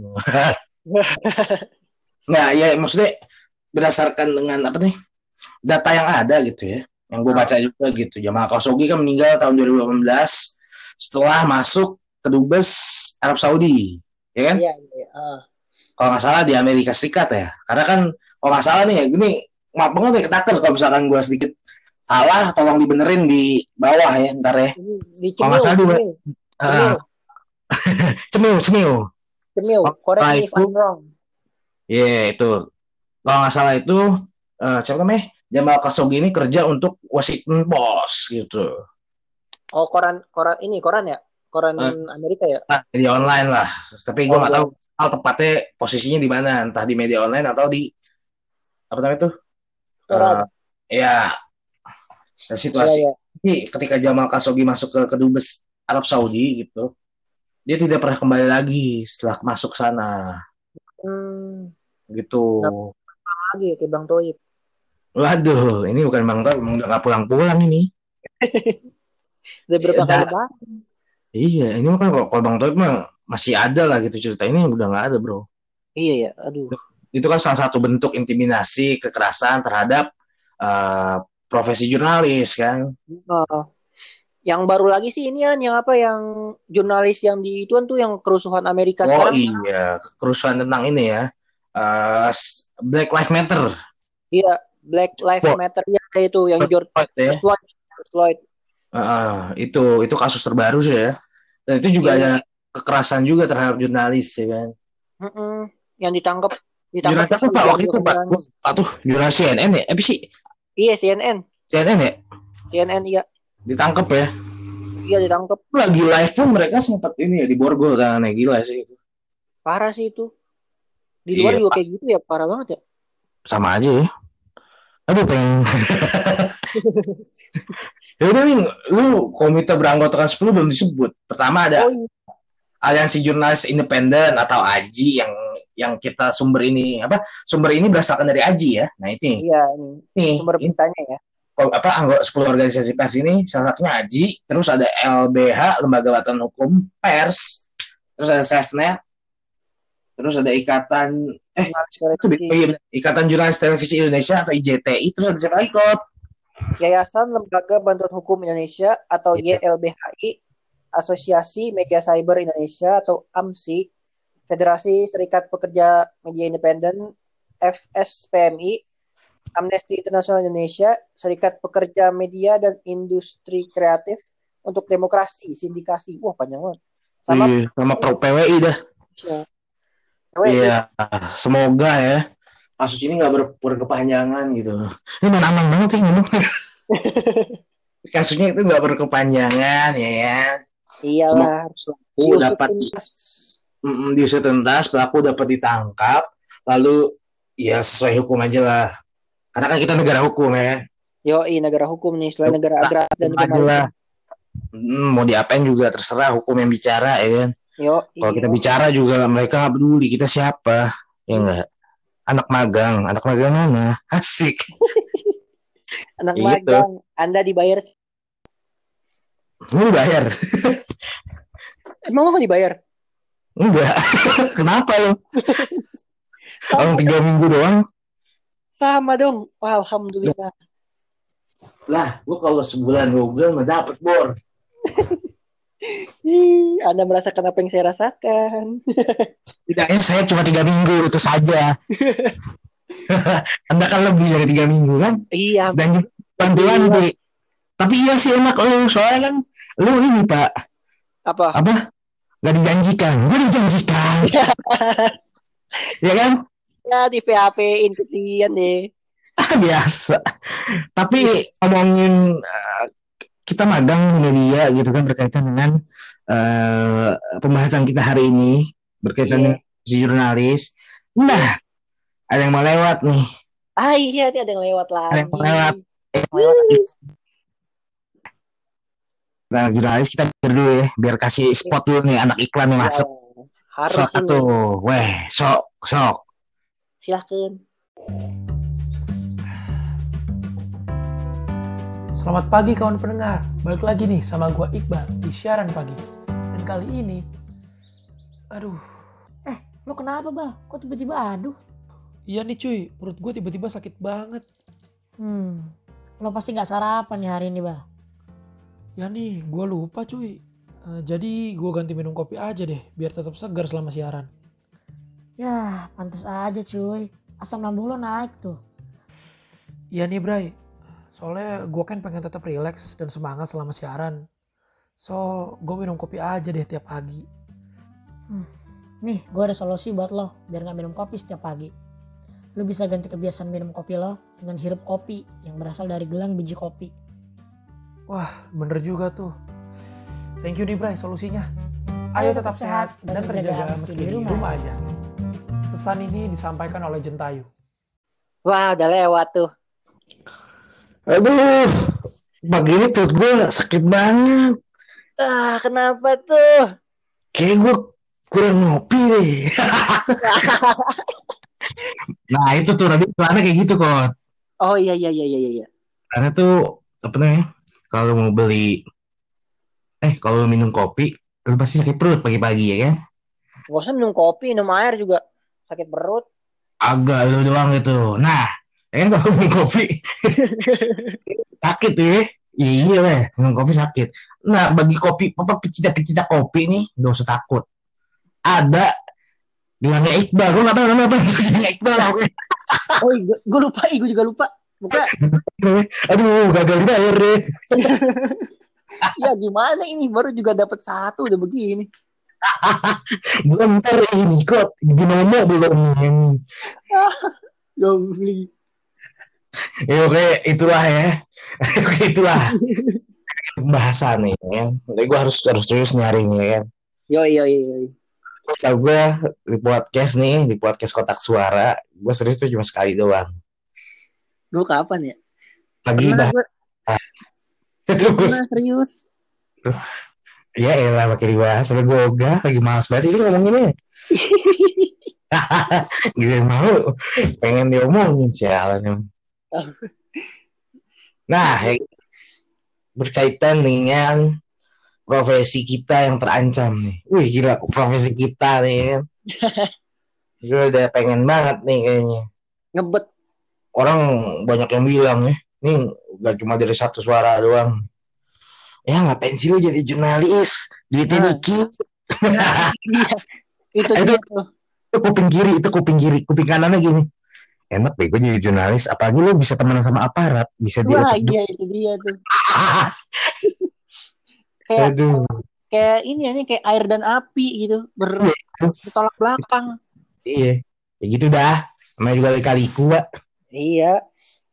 Nah ya maksudnya berdasarkan dengan apa nih data yang ada gitu ya. Yang gue baca juga gitu. Jamal Khashoggi kan meninggal tahun dua ribu delapan belas setelah masuk ke dubes Arab Saudi, ya kan? Iya, iya. Uh. Kalau nggak salah di Amerika Serikat ya. Karena kan kalau nggak salah nih ya, gini maaf banget ya ketaker kalau misalkan gue sedikit salah, tolong dibenerin di bawah ya ntar ya. Di cemil, cemil. Uh, cemil, cemil. Cemil, correct me if I'm wrong. Iya yeah, itu. Kalau nggak salah itu uh, siapa namanya? Jamal Khashoggi ini kerja untuk Washington Post gitu. Oh, koran koran ini koran ya? Koran uh, Amerika ya? Nah, media online lah. Tapi gue nggak oh, tahu hal tepatnya posisinya di mana, entah di media online atau di apa namanya itu? Uh, ya, dan situasi. Ya, ya. Ketika Jamal Khashoggi masuk ke kedubes Arab Saudi gitu, dia tidak pernah kembali lagi setelah masuk sana. Hmm. Gitu. Nah, lagi ke Bang Toib. Waduh, ini bukan Bang Toib, udah nggak pulang-pulang ini. Udah berapa kali Bang? Iya, ini kan kalau Bang Toib mah masih ada lah gitu cerita, ini udah nggak ada bro. Iya ya, aduh. Itu kan salah satu bentuk intimidasi kekerasan terhadap uh, profesi jurnalis kan. Uh, yang baru lagi sih ini kan yang apa yang jurnalis yang di ituan tuh yang kerusuhan Amerika oh, sekarang. Oh iya, kerusuhan tentang ini ya. Uh, Black Lives Matter. Iya, Black Lives oh. Matter ya itu yang George ya. Floyd. Floyd. Uh, itu itu kasus terbaru sih ya. Dan itu juga iya. Ada kekerasan juga terhadap jurnalis ya kan. Mm-mm. Yang ditangkap ditangkap jurnalis apa waktu itu Pak? Atuh, jurnalis C N N ya? Eh sih. Iya, C N N. C N N ya? C N N iya. Ditangkap ya? Iya, ditangkap. Lagi live pun mereka sempat ini ya di borgol kan, gila sih itu. Parah sih itu. Di luar iya, juga kayak gitu ya, parah banget ya. Sama aja ya. Aduh pengen. Ya udah nih, lu komite beranggotakan sepuluh belum disebut. Pertama ada oh, iya. Aliansi Jurnalis Independen atau A J I yang yang kita sumber ini apa? Sumber ini berdasarkan dari A J I ya. Nah itu. Iya, ini. Nih, sumber beritanya ya. Apa anggota sepuluh organisasi pers ini salah satunya A J I, terus ada L B H Lembaga Bantuan Hukum Pers, terus ada SafeNet, terus ada Ikatan eh Ikatan Jurnalis Televisi Indonesia atau I J T I, terus ada siapa lagi kok? Yayasan Lembaga Bantuan Hukum Indonesia atau yeah. Y L B H I, Asosiasi Media Cyber Indonesia atau A M S I, Federasi Serikat Pekerja Media Independen F S P M I, Amnesty International Indonesia, Serikat Pekerja Media dan Industri Kreatif untuk Demokrasi, Sindikasi. Wah, panjang banget. Sama iya, sama Pro P W I dah. Iya, semoga ya kasus ini nggak ber- berkepanjangan gitu. Ini mana aman banget sih ngomong. Kasusnya itu nggak berkepanjangan ya ya. Iyalah. Pelaku dapat diusut tuntas, pelaku dapat ditangkap, lalu ya sesuai hukum aja lah. Karena kan kita negara hukum ya. Yoi, negara hukum nih, selain negara agraris dan negara hmm, mau diapain juga terserah hukum yang bicara ya kan. Yo, kalau kita bicara juga mereka nggak peduli kita siapa, ya enggak. Anak magang, anak magang mana? Asik. Anak gitu. Magang, Anda dibayar? Lu dibayar? Emang lu mau dibayar? Enggak. Kenapa lu? Orang tiga minggu doang. Sama dong. Wah, alhamdulillah. Lah, gua kalau sebulan dua bulan mah dapat bor. Ih, Anda merasakan apa yang saya rasakan. Setidaknya saya cuma tiga minggu itu saja. Anda kan lebih dari tiga minggu kan? Iya. Dan juga bantu-bantu. Tapi iya sih enak lu, soalnya kan lu ini Pak, Apa? apa? Gak dijanjikan, gue dijanjikan. Ya kan? Ya di P H P-in kecian deh. Biasa. Tapi ngomongin uh, kita magang di media gitu kan berkaitan dengan uh, pembahasan kita hari ini berkaitan Iya. dengan si jurnalis. Nah, ada yang mau lewat nih. Ah iya nih ada yang lewat lagi. Ada yang mau lewat. Ada yang mau lewat lagi. Nah, jurnalis kita biar dulu ya, biar kasih spot dulu nih anak iklan nih masuk. Ya, harus Sok ini. atuh, weh, sok, sok. Silahkan. Selamat pagi kawan pendengar, balik lagi nih sama gua Iqbal di siaran pagi. Dan kali ini, aduh, Eh, lo kenapa, Bal? Kok tiba-tiba aduh? iya nih cuy, perut gua tiba-tiba sakit banget. Hmm, lo pasti gak sarapan nih hari ini, Bal. Ya nih, gua lupa cuy. Uh, jadi gua ganti minum kopi aja deh, biar tetap segar selama siaran. Ya, pantas aja cuy. Asam lambung lo naik tuh. Iya nih Bray, soalnya gua kan pengen tetap rileks dan semangat selama siaran. So, gua minum kopi aja deh tiap pagi. Hmm. Nih, gue ada solusi buat lo biar gak minum kopi setiap pagi. Lo bisa ganti kebiasaan minum kopi lo dengan hirup kopi yang berasal dari gelang biji kopi. Wah, bener juga tuh. Thank you nih Bray solusinya. Ayo tetap sehat dan terjaga meski di rumah aja. Pesan ini disampaikan oleh Jentayu. Wah udah lewat tuh. Aduh, pagi ini perut gue sakit banget. Ah kenapa tuh? Kayak gue kurang ngopi deh. Nah itu tuh tadi iklannya kayak gitu kok. Oh iya iya iya iya iya. Karena tuh apa namanya? Kalau mau beli, eh kalau minum kopi, lu pasti sakit perut pagi-pagi ya kan? Gak usah minum kopi, minum air juga sakit perut. Agak lu doang gitu. Nah, ya kan kalau minum kopi sakit tuh ya. Iya weh, minum kopi sakit. Nah, bagi kopi, apa pecinta-pecinta kopi nih, gak usah takut. Ada bilangnya Iqbal, gue gak tau namanya apa, bilangnya Iqbal. Oh iya, gue lupa, gue juga lupa. Bukan. Aduh, gagal dibayar deh. Ya gimana ini, baru juga dapat satu udah begini. Bentar ini kok, binomo belum ini. Gobli. Ya oke, itulah ya. Oke, itulah. Pembahasan nih ya. Jadi gue harus harus serius nyari nih ya kan. Yo yo yo yo. Tahu gue di podcast nih, di podcast Kotak Suara, gue serius tuh cuma sekali doang. Gue kapan ya? Lagi Pernah bahas. gue. Terus. Pernah serius. Ya elah makin dibahas, padahal gue ogah, lagi malas banget ini ngomonginnya. Gue mau, pengen diomongin sialan. Nah, ya, berkaitan dengan profesi kita yang terancam nih. Wih gila, profesi kita nih kan. Gue udah pengen banget nih kayaknya. Ngebet. Orang banyak yang bilang ya, nih gak cuma dari satu suara doang. Ya ngapain sih lu jadi jurnalis? Duitnya Nah. dikit. Itu itu, dia tuh. itu kuping kiri, itu kuping kiri, kuping kanannya gini. Enak deh gue jadi jurnalis, apalagi lu bisa temenan sama aparat, bisa dia. Wah iya itu dia tuh. Kayak Aduh. kayak ini ya kayak air dan api gitu ber bertolak belakang. Iya, ya gitu dah. Namanya juga lika-liku, Pak. Iya.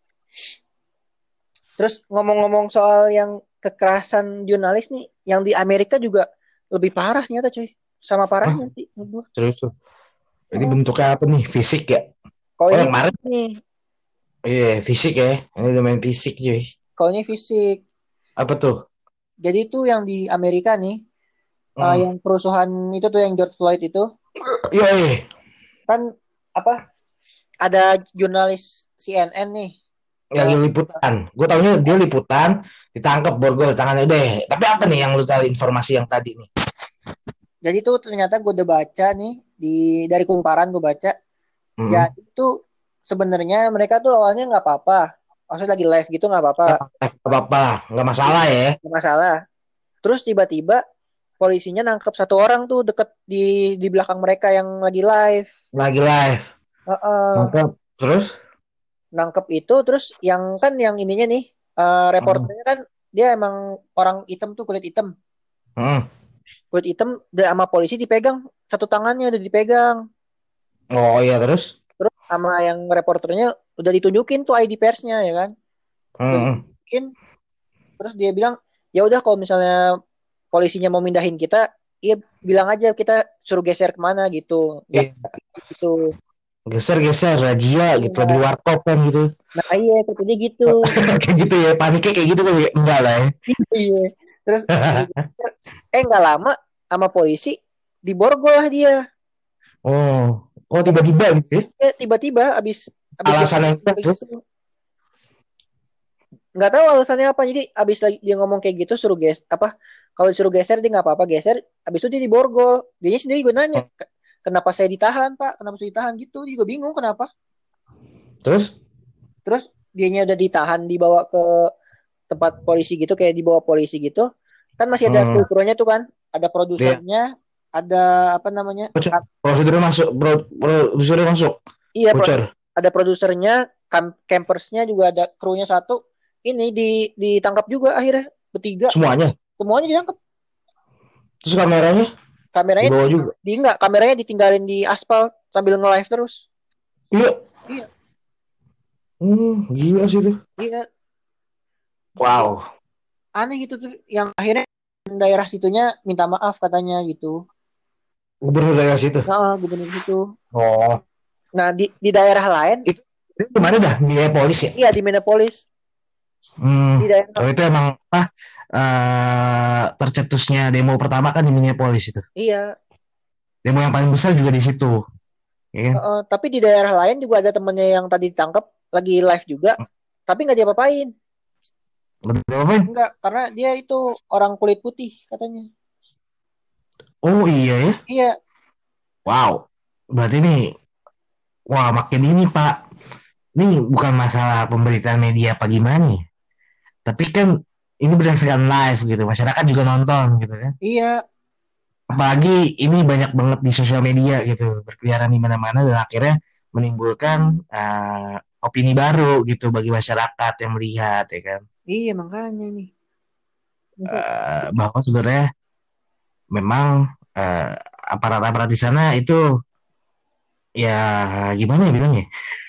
Terus ngomong-ngomong soal yang kekerasan jurnalis nih, yang di Amerika juga lebih parah ternyata cuy. Sama parahnya sih menurut gua. Terus tuh. Ini bentuknya apa nih? Fisik ya? Kalau Oh, ini yang kemarin nih, iya, fisik ya. Ini udah main fisik, cuy. kalau ini fisik. Apa tuh? Jadi tuh yang di Amerika nih, Hmm. uh, yang kerusuhan itu tuh yang George Floyd itu, Iya, iya. kan apa? Ada jurnalis C N N nih. Lagi liputan. Gue taunya dia liputan, ditangkap borgol tangannya deh. Tapi apa nih yang lu tahu informasi yang tadi nih? Jadi tuh ternyata gue udah baca nih di dari kumparan gue baca. Hmm. Jadi tuh sebenarnya mereka tuh awalnya nggak apa-apa. Maksudnya lagi live gitu nggak apa-apa. Nggak apa-apa, nggak masalah ya. Nggak masalah. Terus tiba-tiba polisinya nangkep satu orang tuh deket di di belakang mereka yang lagi live. Lagi live. Heeh. Nangkep. Terus? Nangkep itu terus yang kan yang ininya nih uh, reporternya kan dia emang orang hitam tuh kulit hitam. Hmm. Kulit hitam sama polisi dipegang satu tangannya udah dipegang. Oh iya terus? Terus sama yang reporternya udah ditunjukin tuh I D persnya ya kan. Udah Hmm. ditunjukin. Terus dia bilang ya udah kalau misalnya polisinya mau mindahin kita, iya bilang aja kita suruh geser kemana gitu. Ya gitu. Geser-geser razia gitu Iya. di warkop kan gitu. Nah iya katanya gitu. Kayak gitu ya, paniknya kayak gitu tapi enggak lah ya. Iya. Terus eh nggak lama sama polisi diborgol lah dia. Oh, oh tiba-tiba gitu ya? Ya tiba-tiba abis, abis Alasannya dia, itu gitu. Nggak tahu alasannya apa, jadi abis lagi dia ngomong kayak gitu suruh geser apa, kalau disuruh geser dia nggak apa-apa geser, abis itu dia diborgol, dia sendiri gue nanya kenapa saya ditahan pak, kenapa saya ditahan gitu, dia juga bingung kenapa. Terus? Terus dianya udah ditahan dibawa ke tempat polisi gitu, kayak dibawa polisi gitu, kan masih ada Hmm. kru-krunya tuh kan, ada produsernya, yeah. Ada apa namanya? Prosedurnya masuk, bro, prosedurnya masuk. Iya, Bocor. Ada produsernya, cam- campersnya juga ada krunya satu. Ini di ditangkap juga akhirnya bertiga. Semuanya. Semuanya ditangkap. Terus kameranya? Kameranya dibawa juga. Di enggak, kameranya ditinggalin di aspal sambil nge-live terus. Iya. Iya. Hmm, gila sih itu. Iya. Wow. Aneh gitu tuh, yang akhirnya daerah situnya minta maaf katanya gitu. Gubernur daerah situ. Nah, gubernur situ. Oh. Nah, di di daerah lain itu, itu kemana dah? Di Minneapolis ya? Iya, di Minneapolis. Hmm. Di daerah. Oh, itu emang apa? Uh, tercetusnya demo pertama kan di Minneapolis itu. Iya. Demo yang paling besar juga di situ. Ya. Uh, tapi di daerah lain juga ada temennya yang tadi ditangkap lagi live juga, hmm. tapi nggak diapa-apain. Nggak diapa-apain? Enggak, karena dia itu orang kulit putih katanya. Oh iya ya? Iya. Wow. Berarti ini, wah makin ini Pak. Ini bukan masalah pemberitaan media apa gimana ya. Tapi kan ini berdasarkan live gitu. Masyarakat juga nonton gitu kan. Iya. Apalagi ini banyak banget di sosial media gitu. Berkeliaran di mana-mana dan akhirnya menimbulkan uh, opini baru gitu bagi masyarakat yang melihat ya kan. Iya makanya nih. Uh, bahwa sebenarnya memang uh, aparat-aparat di sana itu ya gimana ya bilangnya?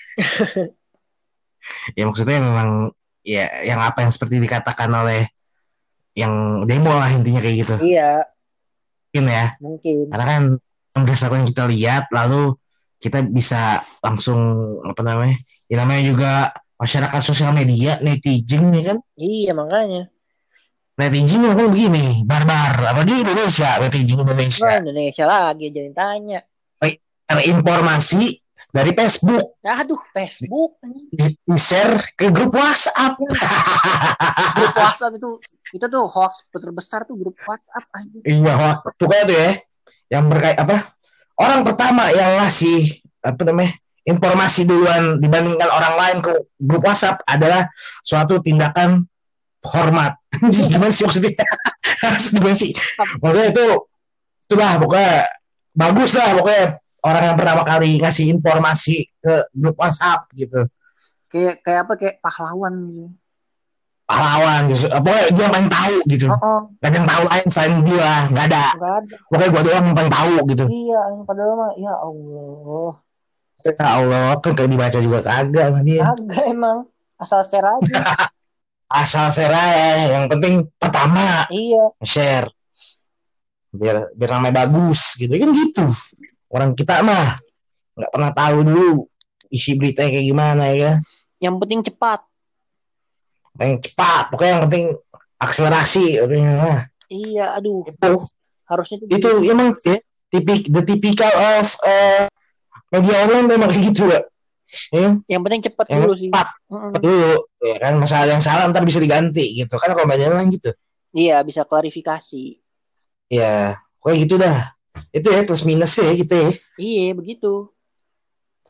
Ya maksudnya memang ya yang apa yang seperti dikatakan oleh yang demo lah intinya kayak gitu. Iya. Mungkin ya. Mungkin. Karena kan berdasarkan yang kita lihat lalu kita bisa langsung apa namanya? Ya namanya juga masyarakat sosial media, netizen ya kan? Iya makanya. Netizen kan begini, barbar, apalagi Indonesia, netizen Indonesia. Nah, Indonesia lagi jadi tanya. Terinformasi dari Facebook. Aduh, Facebook. Di-share ke grup WhatsApp. Grup WhatsApp itu itu tuh hoax terbesar tuh grup WhatsApp aja. Iya, hoax. Tuh kayak tuh ya. Yang berkait apa? Orang pertama yang ngasih apa namanya? Informasi duluan dibandingkan orang lain ke grup WhatsApp adalah suatu tindakan hormat. Gimana sih maksudnya? Gimana sih? Maksudnya itu itulah pokoknya bagus lah pokoknya orang yang pertama kali ngasih informasi ke grup WhatsApp gitu. Kayak kayak apa kayak pahlawan gitu. Pahlawan gitu. Pokoknya dia yang paling tahu gitu. Oh, oh. Gak ada yang tahu lain selain dia, nggak ada. Gak ada. Pokoknya gue doang yang paling tahu gitu. Iya, padahal mah ya Allah. Ya Allah, kan kayak dibaca juga kagak sama dia. Kagak emang, asal share aja. Asal share aja, yang penting pertama. Iya. Share. Biar biar namanya bagus gitu kan gitu. Orang kita mah nggak pernah tahu dulu isi berita kayak gimana ya. Yang penting cepat. Yang cepat, pokoknya yang penting akselerasi. Nah. Iya, aduh. Itu harusnya itu, itu emang ya, tipik the typical of uh, media online tuh emang kayak gitu lah. Ya. Yang penting cepat yang dulu cepat, sih. Cepat dulu, ya kan masalah yang salah ntar bisa diganti gitu kan kalau media online gitu. Iya, bisa klarifikasi. Ya, kayak gitu dah. Itu ya plus minusnya ya gitu ya. Iya, begitu.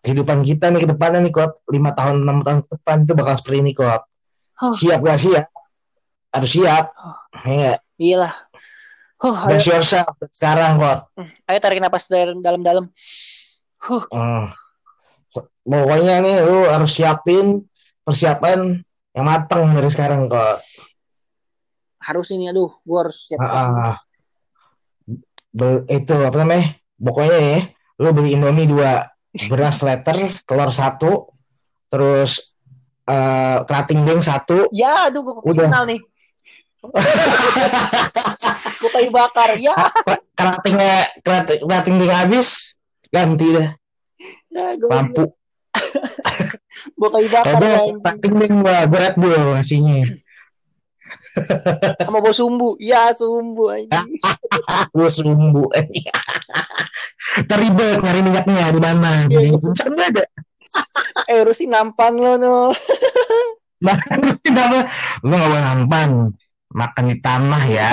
kehidupan kita nih ke depannya nih Kot, lima tahun enam tahun ke depan itu bakal seperti ini Kot. Huh. Siap gak siap? Harus siap. Ya. Iya lah. Huh, ayo. Brace yourself sekarang Kot. Ayo tarik napas dari dalam-dalam. Huh. Hmm. Pokoknya nih lu harus siapin persiapan yang matang dari sekarang Kot. Harus ini, aduh, gue harus siap. Ah, Be- itu apa namanya? Pokoknya ya, lu beli Indomie dua, beras letter, telur satu, terus uh, kerating deng satu. Ya, aduh, gue Udah. kenal nih. Gue kayu bakar, ya. Keratingnya kerating, kerating deng habis, ganti dah. Ya, gue Lampu. gue kayu bakar. Ada Ya, kerating deng gua berat Bull ngasihnya. sama bau sumbu. Ya, sumbu aja. Gua sumbu. Teribet nyari minyaknya di mana? Di puncak nggak ada. Eh, urusin nampan lo, no. Nah, kenapa lu nggak boleh nampan? Makan di tanah ya.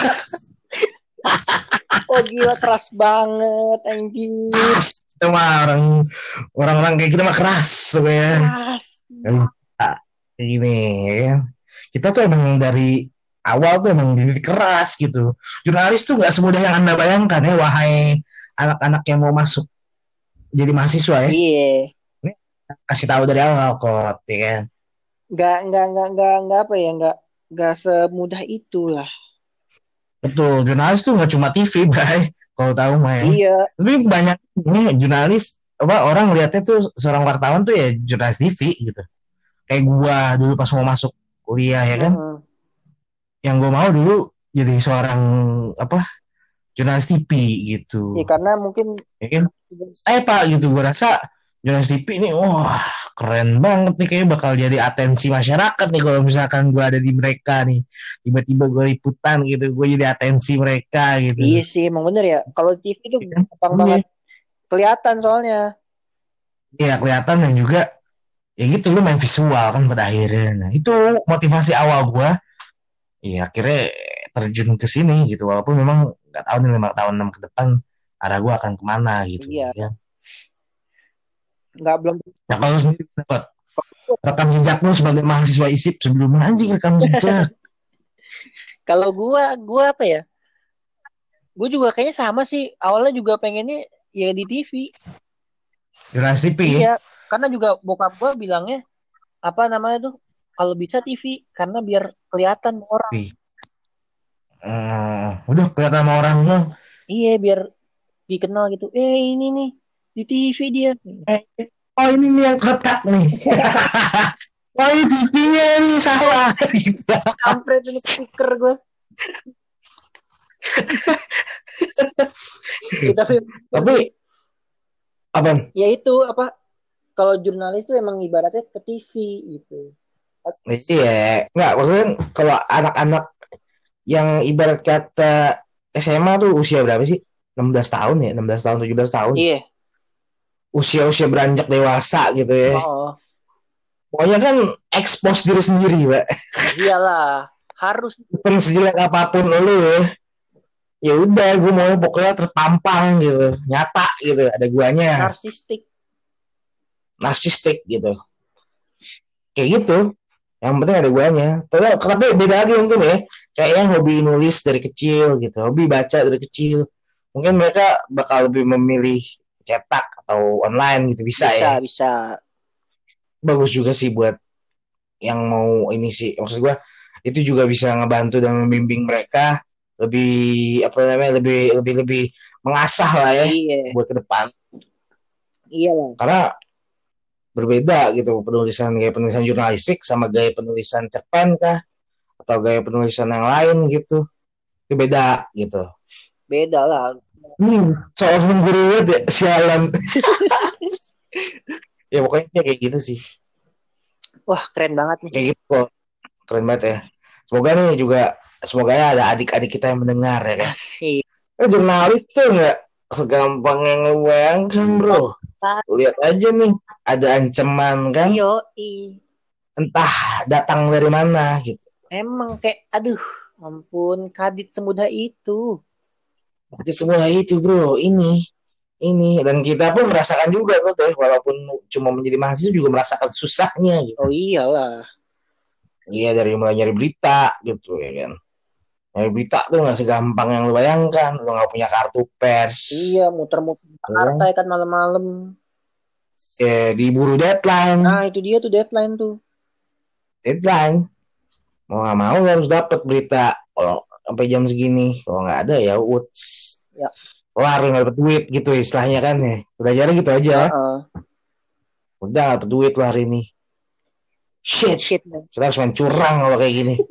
Oh, gila, keras banget, anjing. Itu mah orang orang-orang kayak kita mah keras ya. Keras. Kayak gini ya. Kita tuh emang dari awal tuh emang dididik keras gitu. Jurnalis tuh nggak semudah yang Anda bayangkan ya, wahai anak-anak yang mau masuk jadi mahasiswa ya. Iya. Kasih tahu dari awal kok, ya kan. Nggak, nggak, nggak, nggak, nggak apa ya, nggak, nggak semudah itulah. Betul, jurnalis tuh nggak cuma T V, Bray. Kalau tahu mah ya. Iya. Tapi banyak ini jurnalis apa orang lihatnya tuh seorang wartawan tuh ya jurnalis T V gitu. Kayak gua dulu pas mau masuk kuliah ya kan. Hmm. Yang gua mau dulu jadi seorang apa? Jurnalis T V gitu. Ya, karena mungkin Ya kan? Eh Pak gitu, gua rasa jurnalis T V ini wah keren banget nih, kayaknya bakal jadi atensi masyarakat nih kalau misalkan gue ada di mereka nih, tiba-tiba gue liputan gitu, gue jadi atensi mereka gitu. Iya sih, emang bener ya. Kalau T V itu Ya, gampang iya. banget kelihatan soalnya. Iya kelihatan, dan juga ya gitu lu main visual kan pada akhirnya. Nah itu motivasi awal gue. Iya akhirnya terjun ke sini gitu, walaupun memang nggak tahu nih lima tahun enam ke depan arah gue akan kemana gitu. Iya. Ya. Nggak belum. Nah kalau lu sendiri dapat rekam jejak lu sebagai mahasiswa I S I P sebelumnya, anjing rekam jejak. Kalau gua, gua apa ya? Gue juga kayaknya sama sih. Awalnya juga pengennya ya di T V. Jurnalis T V ya? Iya, karena juga bokap gua bilangnya apa namanya tuh, kalau bisa T V karena biar kelihatan orang. Uh, udah kelihatan sama orang lo. Iya, biar dikenal gitu. Eh ini nih di T V dia. Eh, oh ini nih yang kotak nih. Oh ini T V-nya nih salah. Kampret ini stiker gue. Kita Tapi apa? Ya itu apa? Kalau jurnalis itu emang ibaratnya ke T V gitu. Iya, nggak maksudnya kalau anak-anak yang ibarat kata S M A tuh usia berapa sih? enam belas tahun ya, enam belas tahun, tujuh belas tahun. Iya. Usia-usia beranjak dewasa gitu ya. Oh. Pokoknya kan expose diri sendiri, Pak. Iyalah, harus. Bukan sejelek apapun lu ya. Ya udah, gue mau pokoknya terpampang gitu, nyata gitu, ada guanya. Narsistik. Narsistik gitu. Kayak gitu. Yang penting ada guanya. Tapi beda lagi mungkin ya. Kayak yang hobi nulis dari kecil gitu, hobi baca dari kecil. Mungkin mereka bakal lebih memilih cetak atau online gitu, bisa, bisa ya. Bisa, bisa. Bagus juga sih buat yang mau ini sih. Maksud gue itu juga bisa ngebantu dan membimbing mereka lebih apa namanya lebih lebih lebih mengasah lah ya. Iya. Buat ke depan. Iya lah. Karena berbeda gitu penulisan gaya penulisan jurnalistik sama gaya penulisan cerpen kah atau gaya penulisan yang lain gitu. Itu beda gitu. Beda lah. Hmm, soal menggurui ya sialan. Ya pokoknya kayak gitu sih. Wah keren banget nih. Kayak gitu kok. Keren banget ya. Semoga nih juga semoga ya ada adik-adik kita yang mendengar ya kan. Asik. Eh jurnalis tuh nggak segampang yang ngebayangkan bro. Lihat aja nih ada ancaman kan. Yoi. Entah datang dari mana gitu. Emang kayak aduh ampun kadit semudah itu. Kadit semudah itu bro. Ini ini, dan kita pun merasakan juga tuh deh, walaupun cuma menjadi mahasiswa juga merasakan susahnya gitu. Oh iyalah. Iya, dari mulai nyari berita gitu ya kan. Nyari berita tuh nggak segampang yang lu bayangkan. Lu nggak punya kartu pers. Iya, muter-muter Jakarta ya kan malam-malam. Eh, diburu deadline. Nah itu dia tuh deadline tuh. Deadline. Mau nggak mau harus dapat berita. Kalau sampai jam segini, kalau nggak ada ya uts. Ya. Kelar nggak dapet duit gitu istilahnya kan ya. Udah jarang gitu aja. Uh-uh. Udah nggak dapet duit lah hari ini. Shit. Shit. Kita harus main curang kalau kayak gini.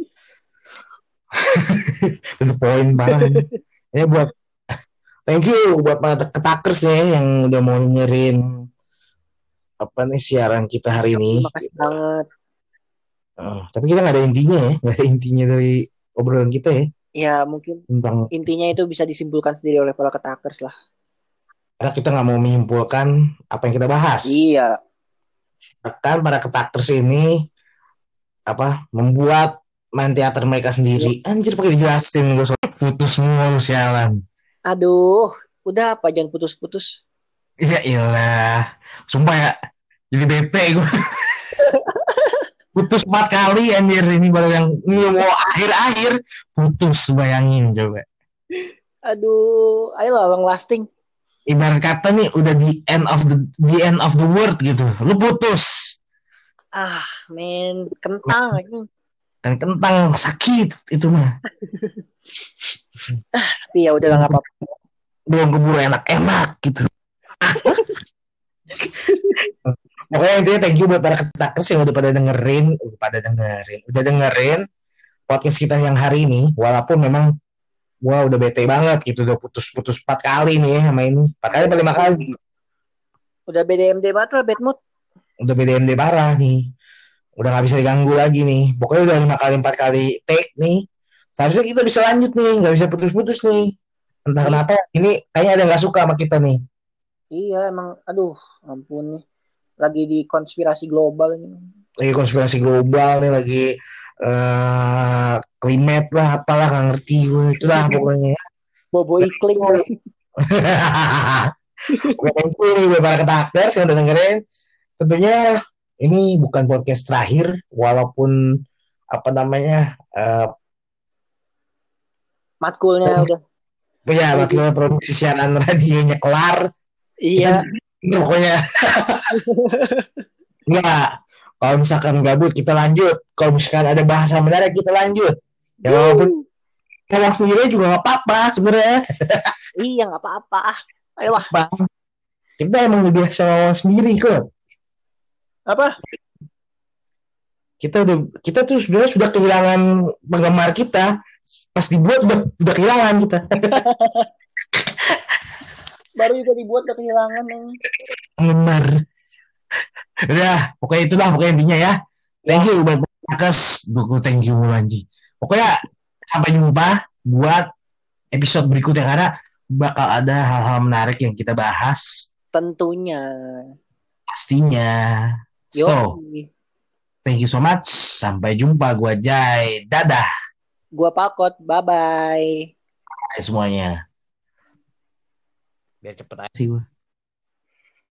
Itu poin banget. Ya buat thank you buat para ketakers ya yang udah mau dengerin apa nih siaran kita hari ini. Terima kasih banget. Uh, tapi kita nggak ada intinya ya, nggak ada intinya dari obrolan kita ya. Ya mungkin Tentang intinya itu bisa disimpulkan sendiri oleh para ketakers lah. karena kita nggak mau menyimpulkan apa yang kita bahas. Iya. Kan para ketakers ini apa membuat main teater mereka sendiri. Yep. Anjir pakai dijelasin gue soal putus mulu sialan. Aduh, udah apa jangan putus-putus. Iya iyalah. Sumpah ya. Jadi bete gue. Putus empat kali anjir ini baru yang ini mau akhir-akhir putus, bayangin coba. Aduh, ayolah long lasting. Ibarat kata nih udah the end of the the end of the world gitu. Lu putus. Ah, men, kentang ini. Kan kentang sakit itu mah. Tapi ya udah nggak apa-apa. Belum keburu enak-enak gitu. Pokoknya intinya thank you buat para ketakers yang udah pada dengerin, udah pada dengerin, udah dengerin podcast kita yang hari ini. Walaupun memang gua udah bete banget gitu, udah putus-putus empat kali nih sama ini, empat kali atau lima kali. Udah B D M D banget lah, bad mood. Udah B D M D parah nih. Udah nggak bisa diganggu lagi nih. Pokoknya udah lima kali empat kali take nih. Seharusnya kita bisa lanjut nih, nggak bisa putus-putus nih. Entah hmm. kenapa ini kayaknya ada yang nggak suka sama kita nih. Iya emang, aduh, ampun nih. Lagi di konspirasi global ini. Lagi konspirasi global nih, lagi uh, climate lah, apalah nggak ngerti gue itulah pokoknya. Bobo iklim. Oke, thank you nih buat para ketakers yang udah dengerin. Tentunya ini bukan podcast terakhir, walaupun apa namanya uh, matkulnya udah. Ya, matkul produksi siaran radionya kelar. Iya. Kita, pokoknya. Enggak. Kalau misalkan gabut kita lanjut. Kalau misalkan ada bahasa menarik kita lanjut. Ya walaupun ngomong sendiri juga nggak apa-apa sebenarnya. Iya nggak apa-apa. Ayolah. Kita emang lebih biasa ngomong sendiri kok. Apa? Kita udah kita tuh sebenarnya sudah kehilangan penggemar kita. Pas dibuat udah, udah kehilangan kita. Baru juga dibuat udah kehilangan ini. Penggemar. Udah, pokoknya itulah pokoknya intinya ya. Thank you buat podcast. Gue thank you Anji. Pokoknya sampai jumpa buat episode berikutnya karena bakal ada hal-hal menarik yang kita bahas. Tentunya. Pastinya. Yo. So, thank you so much. Sampai jumpa. Gua Jai. Dadah. Gua Pakot. Bye-bye. Bye semuanya. Biar cepet aja sih gua.